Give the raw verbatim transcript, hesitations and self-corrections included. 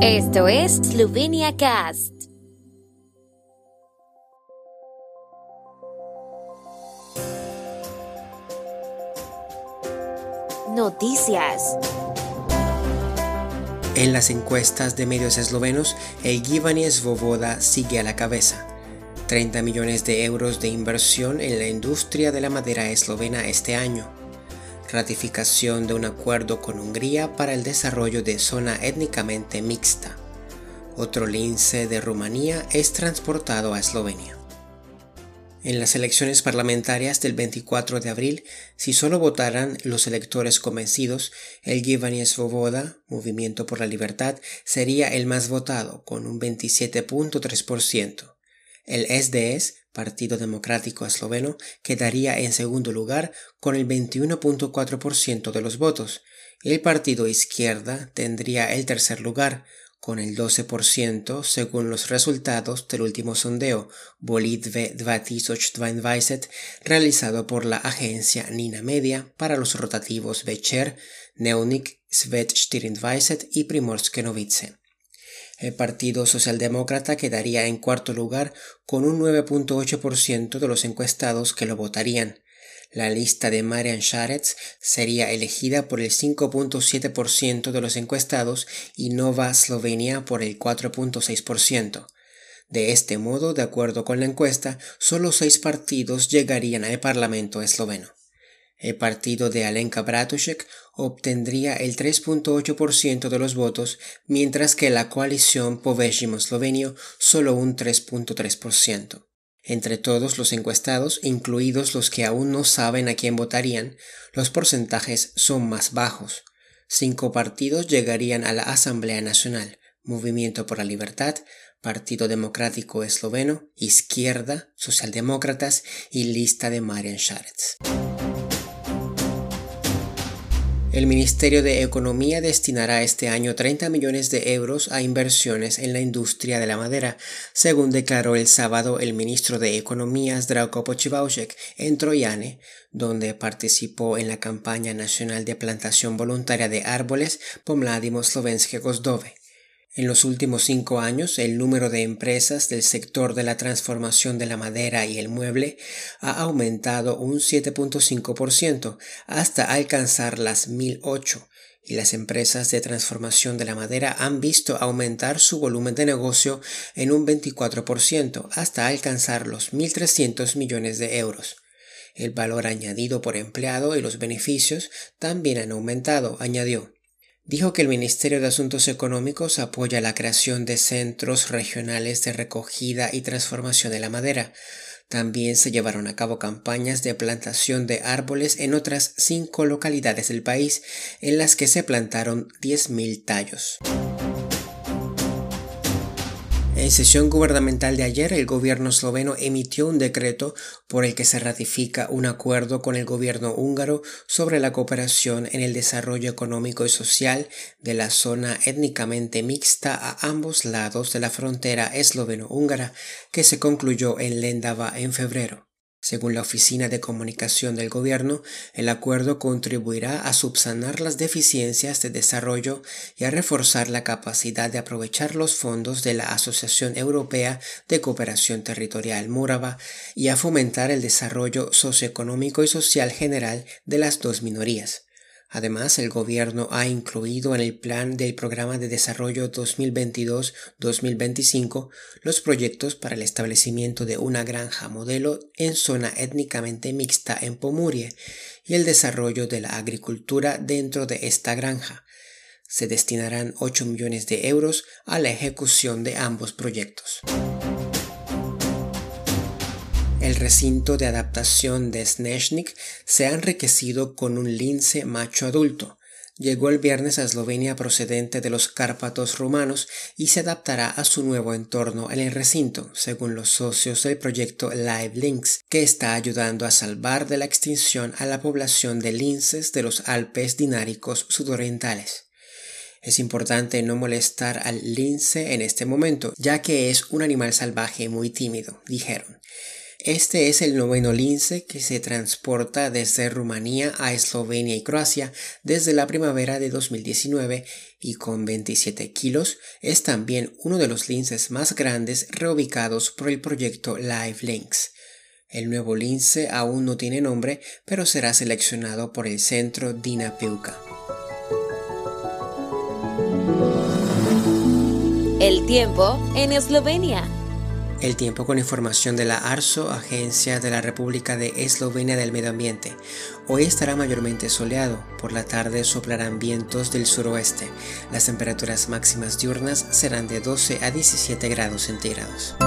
Esto es Slovenia Cast. Noticias. En las encuestas de medios eslovenos, el Gibanje Svoboda sigue a la cabeza. treinta millones de euros de inversión en la industria de la madera eslovena este año. Ratificación de un acuerdo con Hungría para el desarrollo de zona étnicamente mixta. Otro lince de Rumanía es transportado a Eslovenia. En las elecciones parlamentarias del veinticuatro de abril, si solo votaran los electores convencidos, el Gibanje Svoboda, Movimiento por la Libertad, sería el más votado, con un veintisiete punto tres por ciento. El S D S, Partido Democrático Esloveno, quedaría en segundo lugar con el veintiuno punto cuatro por ciento de los votos. El Partido Izquierda tendría el tercer lugar, con el doce por ciento según los resultados del último sondeo Volitve dos mil veintidós realizado por la agencia Nina Media para los rotativos Večer, Dnevnik, Svet veinticuatro y Primorske novice. El Partido Socialdemócrata quedaría en cuarto lugar con un nueve punto ocho por ciento de los encuestados que lo votarían. La lista de Marian Šarec sería elegida por el cinco punto siete por ciento de los encuestados y Nova Slovenia por el cuatro punto seis por ciento. De este modo, de acuerdo con la encuesta, solo seis partidos llegarían al Parlamento esloveno. El partido de Alenka Bratušek obtendría el tres punto ocho por ciento de los votos, mientras que la coalición Povežimo Slovenijo solo un tres punto tres por ciento. Entre todos los encuestados, incluidos los que aún no saben a quién votarían, los porcentajes son más bajos. Cinco partidos llegarían a la Asamblea Nacional: Movimiento por la Libertad, Partido Democrático Esloveno, Izquierda, Socialdemócratas y lista de Marian Šarec. El Ministerio de Economía destinará este año treinta millones de euros a inversiones en la industria de la madera, según declaró el sábado el ministro de Economía Zdravko Počivalšek en Trojane, donde participó en la campaña nacional de plantación voluntaria de árboles Pomladimo Slovenske gozdove. En los últimos cinco años, el número de empresas del sector de la transformación de la madera y el mueble ha aumentado un siete punto cinco por ciento hasta alcanzar las mil ocho, y las empresas de transformación de la madera han visto aumentar su volumen de negocio en un veinticuatro por ciento hasta alcanzar los mil trescientos millones de euros. El valor añadido por empleado y los beneficios también han aumentado, añadió. Dijo que el Ministerio de Asuntos Económicos apoya la creación de centros regionales de recogida y transformación de la madera. También se llevaron a cabo campañas de plantación de árboles en otras cinco localidades del país, en las que se plantaron diez mil tallos. En sesión gubernamental de ayer, el gobierno esloveno emitió un decreto por el que se ratifica un acuerdo con el gobierno húngaro sobre la cooperación en el desarrollo económico y social de la zona étnicamente mixta a ambos lados de la frontera esloveno-húngara, que se concluyó en Lendava en febrero. Según la Oficina de Comunicación del Gobierno, el acuerdo contribuirá a subsanar las deficiencias de desarrollo y a reforzar la capacidad de aprovechar los fondos de la Asociación Europea de Cooperación Territorial Morava y a fomentar el desarrollo socioeconómico y social general de las dos minorías. Además, el gobierno ha incluido en el plan del Programa de Desarrollo dos mil veintidós a dos mil veinticinco los proyectos para el establecimiento de una granja modelo en zona étnicamente mixta en Pomurie y el desarrollo de la agricultura dentro de esta granja. Se destinarán ocho millones de euros a la ejecución de ambos proyectos. El recinto de adaptación de Snežnik se ha enriquecido con un lince macho adulto. Llegó el viernes a Eslovenia procedente de los Cárpatos rumanos y se adaptará a su nuevo entorno en el recinto, según los socios del proyecto Live Lynx, que está ayudando a salvar de la extinción a la población de linces de los Alpes Dináricos sudorientales. Es importante no molestar al lince en este momento, ya que es un animal salvaje muy tímido, dijeron. Este es el noveno lince que se transporta desde Rumanía a Eslovenia y Croacia desde la primavera de dos mil diecinueve y con veintisiete kilos es también uno de los linces más grandes reubicados por el proyecto Live Links. El nuevo lince aún no tiene nombre, pero será seleccionado por el centro Dina Peuca. El tiempo en Eslovenia. El tiempo con información de la ARSO, Agencia de la República de Eslovenia del Medio Ambiente. Hoy estará mayormente soleado, por la tarde soplarán vientos del suroeste. Las temperaturas máximas diurnas serán de doce a diecisiete grados centígrados.